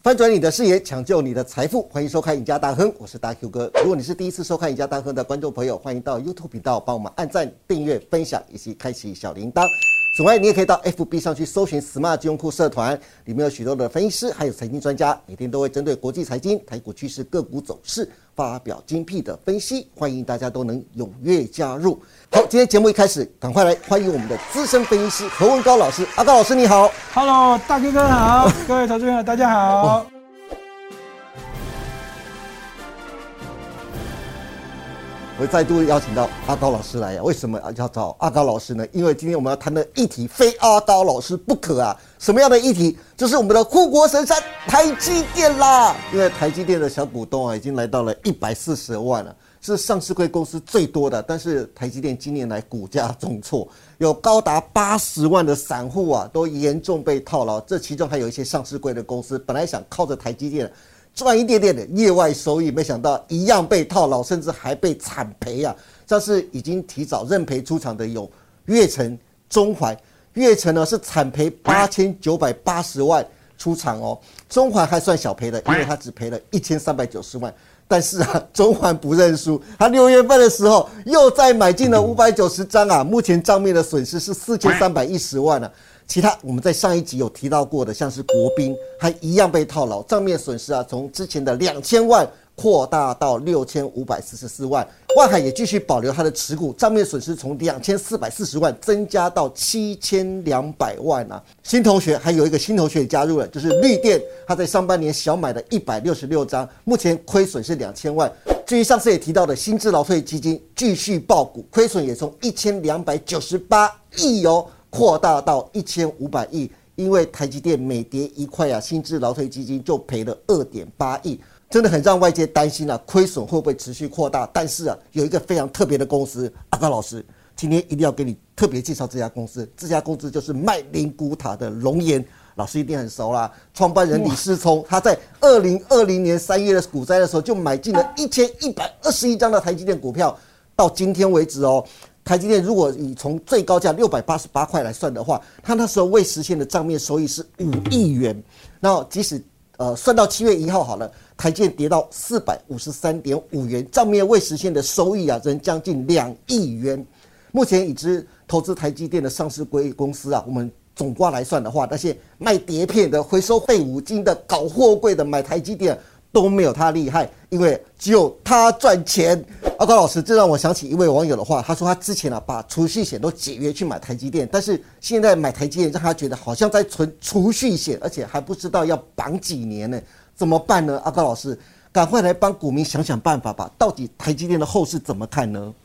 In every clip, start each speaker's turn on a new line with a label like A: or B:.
A: 翻转你的视野，抢救你的财富，欢迎收看《赢家大亨》，我是大 Q 哥。如果你是第一次收看《赢家大亨》的观众朋友，欢迎到 YouTube 频道帮我们按赞、订阅、分享以及开启小铃铛。此外，你也可以到 FB 上去搜寻 Smart 金融库社团，里面有许多的分析师还有财经专家，每天都会针对国际财经、台股趋势、个股走势发表精辟的分析，欢迎大家都能踊跃加入。好，今天节目一开始，赶快来欢迎我们的资深分析师何文高老师。阿高老师你好。
B: Hello， 大 Q 哥好，各位投资朋友大家好。
A: 我再度邀请到阿高老师来为什么要找阿高老师呢？因为今天我们要谈的议题非阿高老师不可啊！什么样的议题？就是我们的护国神山台积电啦！因为台积电的小股东已经来到了140万了，是上市柜公司最多的。但是台积电今年来股价重挫，有高达80万的散户都严重被套牢。这其中还有一些上市柜的公司，本来想靠着台积电赚一点点的业外收益，没想到一样被套牢，甚至还被惨赔啊！像是已经提早认赔出场的有月成、中环。月成呢是惨赔8980万出场哦，中环还算小赔的，因为他只赔了1390万。但是中环不认输，他6月份的时候又再买进了590张啊，目前账面的损失是4310万啊。其他我们在上一集有提到过的，像是国宾还一样被套牢，账面损失从之前的2000万扩大到6544万。万海也继续保留他的持股，账面损失从2440万增加到7200万啊。新同学还有一个新同学也加入了，就是绿电，他在上半年小买的166张，目前亏损是2000万。至于上次也提到的新制劳退基金继续爆股，亏损也从1298亿扩大到1500亿，因为台积电每跌一块新制劳退基金就赔了2.8亿，真的很让外界担心亏损会不会持续扩大？但是有一个非常特别的公司，阿高老师今天一定要给你特别介绍这家公司。这家公司就是卖灵骨塔的龙岩，老师一定很熟啦。创办人李世聪，他在2020年3月的股灾的时候就买进了1121张的台积电股票，到今天为止台积电如果以从最高价688块来算的话，它那时候未实现的账面收益是5亿元。那即使算到7月1号好了，台积电跌到453.5元，账面未实现的收益仍将近2亿元。目前已知投资台积电的上市柜公司我们总括来算的话，那些卖碟片的、回收废五金的、搞货柜的、买台积电都没有他厉害，因为只有他赚钱。阿高老师，这让我想起一位网友的话，他说他之前把储蓄险都解约去买台积电，但是现在买台积电让他觉得好像在存储蓄险，而且还不知道要绑几年呢，怎么办呢？阿高老师，赶快来帮股民想想办法吧，到底台积电的后市怎么看呢？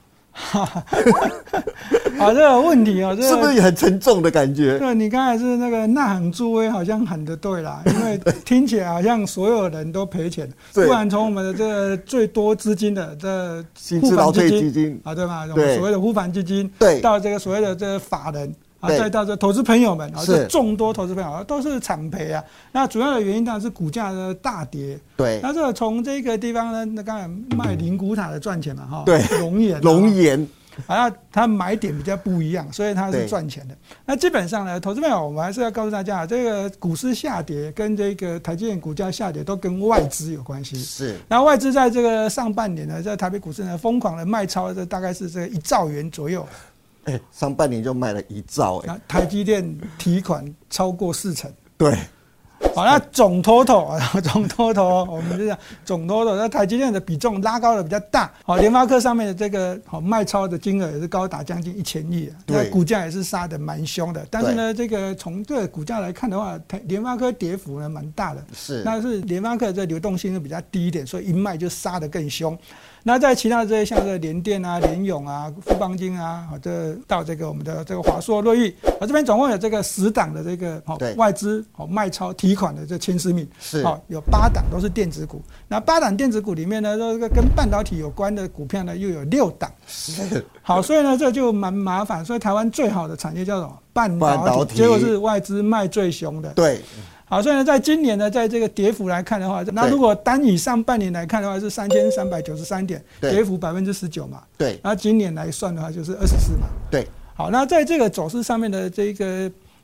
B: 这个问题
A: 是不是也很沉重的感觉？
B: 对，你刚才是那个呐喊助威，好像喊得对啦，因为听起来好像所有人都赔钱。不然从我们的这个最多资金的这
A: 新制劳退基金
B: 对吧？我们所谓的护盘基金，
A: 对，
B: 到这个所谓的这个法人。再到这投资朋友们，这众多投资朋友都是惨赔啊。那主要的原因当然是股价的大跌。
A: 对，
B: 那这从这个地方呢，那刚才卖灵骨塔的赚钱嘛，
A: 对，龙岩。
B: 它买点比较不一样，所以它是赚钱的。那基本上呢，投资朋友我们还是要告诉大家，这个股市下跌跟这个台积电股价下跌都跟外资有关系。
A: 是。
B: 那外资在这个上半年呢，在台北股市呢疯狂的卖超，这大概是这个1兆元左右。
A: 上半年就卖了1兆
B: 台积电提款超过40%。
A: 对。
B: 那总 total， 我们就讲总 total， 那台积电的比重拉高的比较大。联发科上面的这个卖超的金额也是高达将近1000亿，那股价也是杀得蛮凶的。但是呢，这个从这个股价来看的话，联发科跌幅呢蛮大的。
A: 是，
B: 那是联发科这流动性是比较低一点，所以一卖就杀得更凶。那在其他的这些像这联电联咏富邦金这到这个我们的这个华硕、瑞昱这边总共有这个10档的这个外资卖超提款的这前10名，
A: 是
B: 有8档都是电子股。那8档电子股里面呢，这个跟半导体有关的股票呢又有6档。
A: 是。
B: 好，所以呢这就蛮麻烦。所以台湾最好的产业叫什么？半导体，结果是外资卖最凶的。
A: 对。
B: 好，所以呢，在今年呢，在这个跌幅来看的话，那如果单以上半年来看的话，是3393点，跌幅19%嘛。
A: 对。
B: 然后今年来算的话，就是24嘛。
A: 对。
B: 好，那在这个走势上面的这个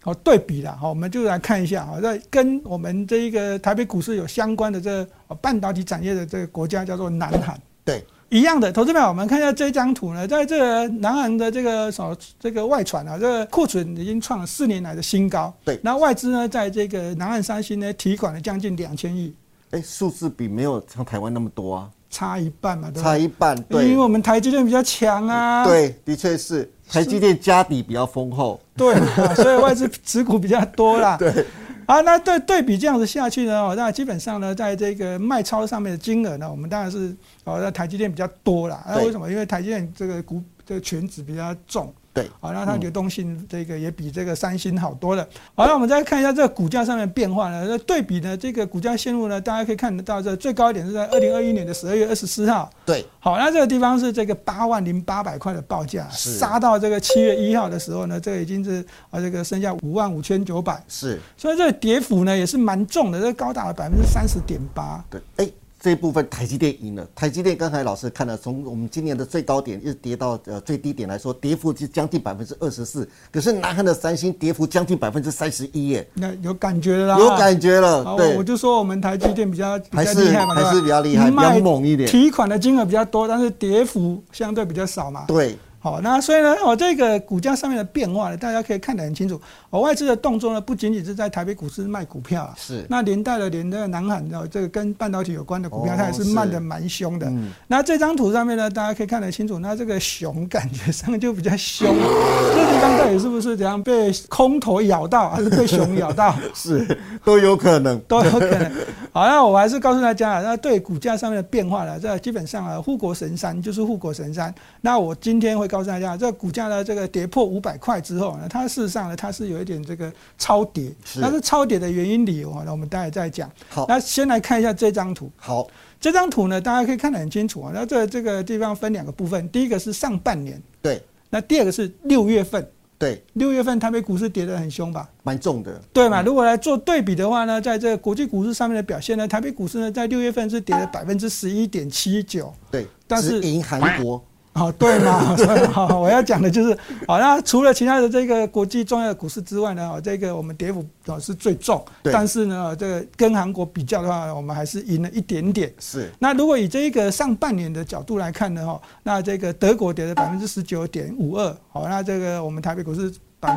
B: 对比啦，我们就来看一下，在跟我们这一个台北股市有相关的这半导体产业的这个国家叫做南韩。
A: 对。
B: 一样的，投资朋友，我们看一下这张图呢，在这个南韩的这个外传啊，这个库存已经创了4年来的新高。
A: 对，
B: 那外资呢，在这个南韩三星呢提款了将近2000亿。
A: 数字比没有像台湾那么多啊，
B: 差一半嘛，对
A: 差一半，对，
B: 因为我们台积电比较强啊。
A: 对，的确是台积电家底比较丰厚，
B: 对，所以外资持股比较多啦。
A: 对。
B: 好，那对比这样子下去呢，那基本上呢，在这个卖超上面的金额呢，我们当然是在台积电比较多啦。为什么？因为台积电这个权值比较重。
A: 对，
B: 好，那它流动性这个也比这个三星好多了。好，那我们再看一下这个股价上面变化呢。对比呢，这个股价线路呢，大家可以看得到，这最高点是在2021年的12月24号。
A: 对，
B: 好，那这个地方是这个80800块的报价，杀到这个7月1号的时候呢，这个已经是这个剩下55900。
A: 是，
B: 所以这个跌幅呢也是蛮重的，这高达了30.8%。
A: 对，这一部分台积电赢了。台积电刚才老师看了，从我们今年的最高点一直跌到最低点来说，跌幅是将近24%。可是南韩的三星跌幅将近31%耶，
B: 那有感觉了啦，
A: 有感觉了。对，
B: 我就说我们台积电比较厉害嘛，
A: 还是比较厉害，比较猛一点。
B: 提款的金额比较多，但是跌幅相对比较少嘛。
A: 对。
B: 好，那所以呢，这个股价上面的变化呢，大家可以看得很清楚。外资的动作呢，不仅仅是在台北股市卖股票啊，
A: 是
B: 那连带的南韩这个跟半导体有关的股票，它也是卖的蛮凶的。那这张图上面呢，大家可以看得清楚，那这个熊感觉上就比较凶。这地方到底是不是怎样被空头咬到，还是被熊咬到？
A: 是，都有可能，
B: 都有可能。好，那我还是告诉大家，那对股价上面的变化呢，这基本上护国神山就是护国神山。那我今天会告诉大家，这个股价呢，这个跌破500块之后呢，它事实上呢，它是有一点这个超跌。但是超跌的原因理由啊，那我们待会再讲。
A: 好，
B: 那先来看一下这张图。
A: 好，
B: 这张图呢，大家可以看得很清楚啊。那这个地方分2个部分，第一个是上半年，
A: 对。
B: 那第二个是6月份。
A: 对
B: ，6月份台北股市跌得很凶吧？
A: 蛮重的，
B: 对嘛？如果来做对比的话呢，在这个国际股市上面的表现呢，台北股市呢在6月份是跌了11.79%。
A: 对，
B: 但是
A: 赢韩国。
B: 对嘛？我要讲的就是，那除了其他的这个国际重要的股市之外呢，这个我们跌幅是最重，但是呢，这个跟韩国比较的话，我们还是赢了一点点。
A: 是。
B: 那如果以这个上半年的角度来看呢，那这个德国跌了19.52%，那这个我们台北股市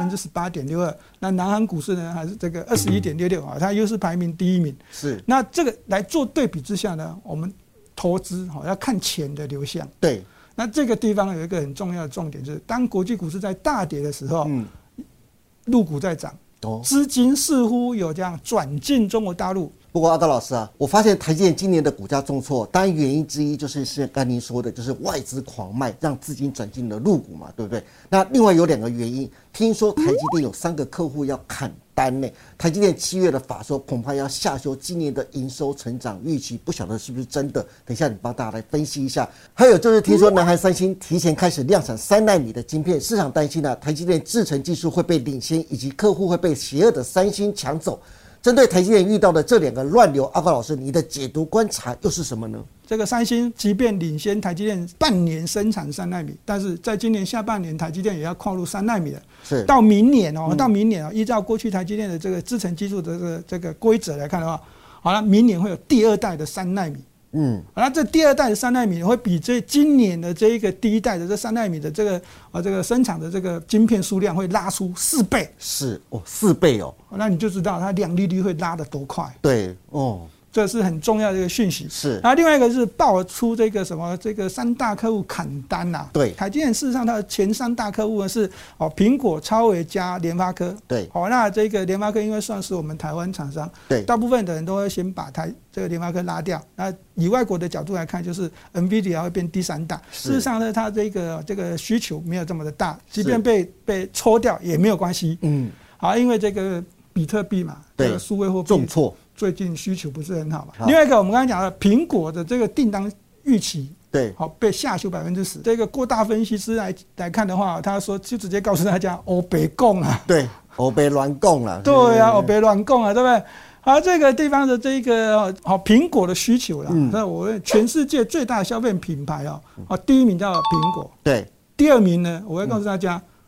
B: 18.62%，那南韩股市呢还是这个21.66%，它又是排名第1名。
A: 是。
B: 那这个来做对比之下呢，我们投资要看钱的流向。
A: 对。
B: 那这个地方有一个很重要的重点，就是当国际股市在大跌的时候，陆股在涨，资金似乎有这样转进中国大陆。
A: 不过阿高老师啊，我发现台积电今年的股价重挫，当然原因之一就是刚您说的，就是外资狂卖，让资金转进了陆股嘛，对不对？那另外有2个原因，听说台积电有3个客户要砍单呢。台积电7月的法说恐怕要下修今年的营收成长预期，不晓得是不是真的？等一下你帮大家来分析一下。还有就是听说南韩三星提前开始量产3奈米的晶片，市场担心呢，台积电制程技术会被领先，以及客户会被邪恶的三星抢走。针对台积电遇到的这2个乱流，阿高老师，你的解读观察又是什么呢？
B: 这个三星即便领先台积电半年生产3奈米，但是在今年下半年，台积电也要跨入3奈米了。是到明年依照过去台积电的这个制程技术的这个规则来看的话，好了，明年会有第2代的3奈米。那这第2代的3奈米会比今年的这一个第1代的这3奈米的这个生产的这个晶片数量会拉出4倍。
A: 是4倍哦。
B: 那你就知道它良率会拉得多快。
A: 对
B: 这是很重要的一个讯息。
A: 是。
B: 然后另外一个是爆出这个3大客户砍单呐。
A: 对。
B: 台积电事实上它的前3大客户呢是苹果、超微加联发科。
A: 对。
B: 那这个联发科因为算是我们台湾厂商，
A: 对，
B: 大部分的人都会先把这个联发科拉掉。那以外国的角度来看，就是 NVIDIA 会变第3大。事实上呢，它这个需求没有这么的大，即便被抽掉也没有关系。好，因为这个比特币嘛，这个数位货币
A: 重挫。
B: 最近需求不是很好嘛？另外一个，我们刚才讲的苹果的这个订单预期，
A: 对，
B: 被下修10%。这个郭大分析师来看的话，他说就直接告诉大家，欧北共啊，
A: 对，欧北乱供了，
B: 对啊，欧北乱供啊，对不对？好，这个地方的这个苹果的需求啦，那我全世界最大的消费品牌第1名叫苹果，
A: 对，
B: 第2名呢，我会告诉大家。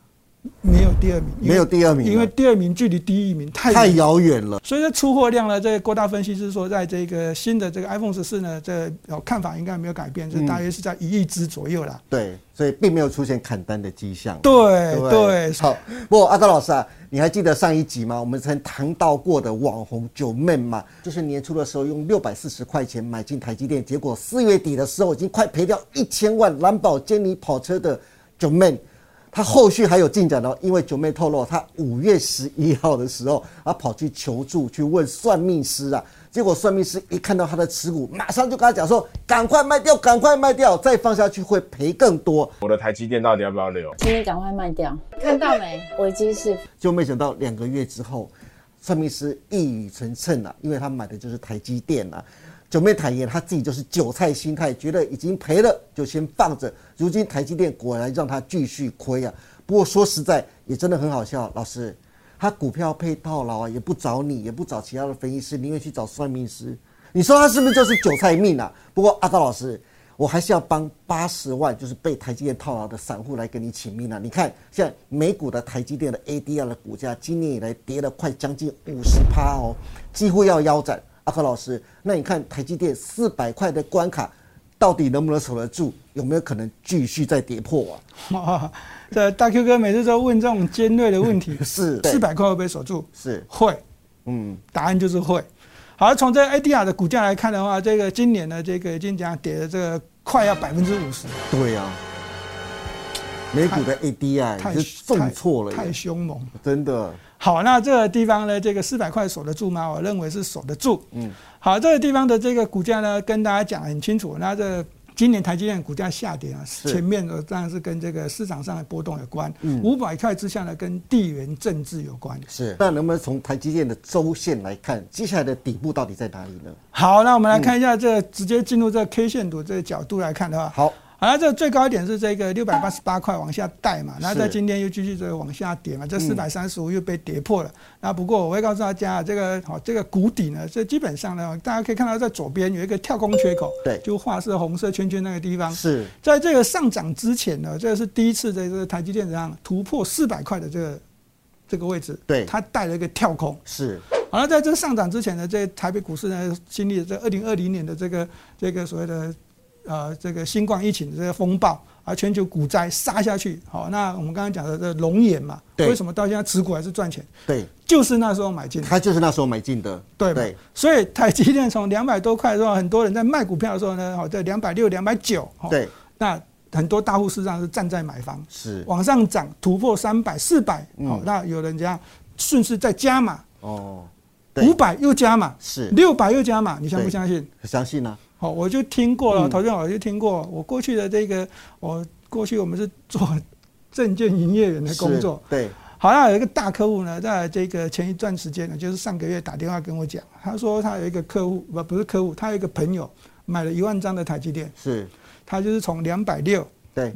B: 没有第二名，
A: 没有第二名，
B: 因为第二名距离第一名
A: 太遥远了。
B: 所以这出货量呢，这个郭大分析师说，在这个新的这个 iPhone 14呢，这看法应该没有改变，就大约是在1亿只左右啦。
A: 对，所以并没有出现砍单的迹象。
B: 对，
A: 好。不过阿高老师啊，你还记得上一集吗？我们曾谈到过的网红九妹嘛，就是年初的时候用640块钱买进台积电，结果4月底的时候已经快赔掉1000万兰博基尼跑车的九妹。他后续还有进展哦，因为九妹透露，他5月11号的时候，他跑去求助，去问算命师啊。结果算命师一看到他的持股，马上就跟他讲说：“赶快卖掉，赶快卖掉，再放下去会赔更多。”
C: 我的台积电到底要不要留？
D: 请你赶快卖掉，看到没？危机是。
A: 就没想到2个月之后，算命师一语成谶啊，因为他买的就是台积电啊。九妹坦言，他自己就是韭菜心态，觉得已经赔了就先放着。如今台积电果然让他继续亏啊。不过说实在，也真的很好笑，老师，他股票配套牢啊，也不找你，也不找其他的分析师，宁愿去找算命师。你说他是不是就是韭菜命啊？不过阿高老师，我还是要帮80万就是被台积电套牢的散户来跟你请命啊！你看，现在美股的台积电的 ADR 的股价，今年以来跌了快将近50%哦，几乎要腰斩。阿高老师，那你看台积电400块的关卡，到底能不能守得住？有没有可能继续再跌破
B: 啊？这大 Q 哥每次都问这种尖锐的问题，
A: 是
B: 400块会不会守住？
A: 是
B: 会，答案就是会。好，从这个 ADR 的股价来看的话，这个今年呢，这个已经讲跌了这个快要50%。
A: 对啊，美股的 ADR 是重挫了，
B: 太凶猛，
A: 真的。
B: 好，那这个地方呢，这个400块守得住吗？我认为是守得住。好，这个地方的这个股价呢，跟大家讲很清楚。那这今年台积电股价下跌啊，前面的当然是跟这个市场上的波动有关。500块之下呢，跟地缘政治有关。
A: 是，那能不能从台积电的周线来看，接下来的底部到底在哪里呢？
B: 好，那我们来看一下这直接进入这个 K 线图这个角度来看的话，
A: 好。
B: 好，那这最高一点是这个688块往下带嘛，然后在今天又继续这个往下跌嘛，这435又被跌破了。那不过我会告诉大家，这个谷底呢，这基本上呢，大家可以看到在左边有一个跳空缺口，
A: 对，
B: 就画是红色圈圈那个地方。
A: 是
B: 在这个上涨之前呢，这个是第一次这个台积电上突破400块的这个位置，
A: 对，
B: 它带了一个跳空。
A: 是。
B: 好了，在这上涨之前呢，这台北股市呢经历了这2020年的这个所谓的。这个新冠疫情的这个风暴啊，全球股灾杀下去。好，那我们刚刚讲的这龙眼嘛，为什么到现在持股还是赚钱？
A: 对，
B: 就是那时候买进的。
A: 他就是那时候买进的，
B: 对。所以台积电从200多块的时候，很多人在卖股票的时候呢，在260、290，
A: 对，
B: 那很多大户市场是站在买方，
A: 是往
B: 上涨突破300、400，好，那有人这样顺势再加码，
A: 哦
B: ，500又加码，
A: 是
B: 600又加码，你相不相信？
A: 相信啊。
B: 好，我就听过了，投资我就听过。我过去的过去我们是做证券营业员的工作，
A: 对。
B: 好像有一个大客户呢，在这个前一段时间呢，就是上个月打电话跟我讲，他说他有一个客户，不是客户，他有一个朋友买了1万张的台积电，
A: 是，
B: 他就是从260，对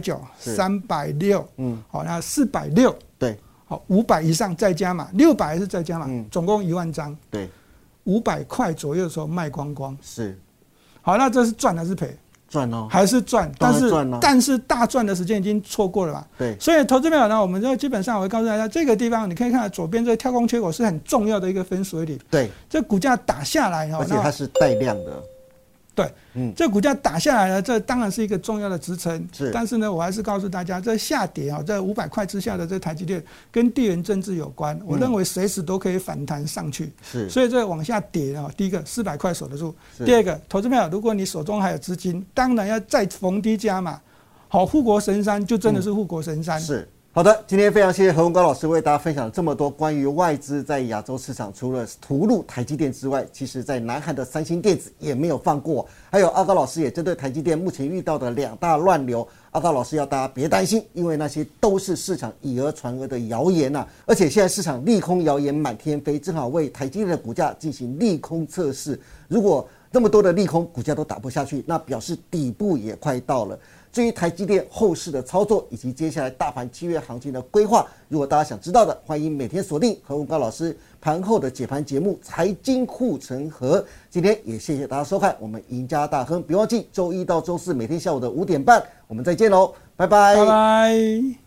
B: ，290、360，好，那460，对，好，500以上再加码，600还是再加码，总共1万张，对，500块左右的时候卖光光，是。好，那这是赚还是赔？赚哦，还是赚，但是大赚的时间已经错过了嘛。对，所以投资朋友呢，我们就基本上我会告诉大家，这个地方你可以看到左边这个跳空缺口是很重要的一个分水岭。对，这股价打下来
A: 而且它是带量的。
B: 对，这股价打下来了，这当然是一个重要的支撑。是，但是呢，我还是告诉大家，这下跌啊，这500块之下的这台积电跟地缘政治有关，我认为随时都可以反弹上去。是，所以这往下跌啊，第一个400块守得住，第二个，投资朋友，如果你手中还有资金，当然要再逢低加码。好，护国神山就真的是护国神山。是。
A: 好的，今天非常谢谢何文高老师为大家分享了这么多关于外资在亚洲市场除了屠戮台积电之外，其实在南韩的三星电子也没有放过。还有阿高老师也针对台积电目前遇到的2大乱流，阿高老师要大家别担心，因为那些都是市场以讹传讹的谣言啊！而且现在市场利空谣言满天飞，正好为台积电的股价进行利空测试。如果那么多的利空，股价都打不下去，那表示底部也快到了。至于台积电后市的操作以及接下来大盘7月行情的规划，如果大家想知道的，欢迎每天锁定何文高老师盘后的解盘节目《财经护城河》。今天也谢谢大家收看我们赢家大亨，别忘记周一到周四每天下午的5点半，我们再见喽，拜拜，拜拜。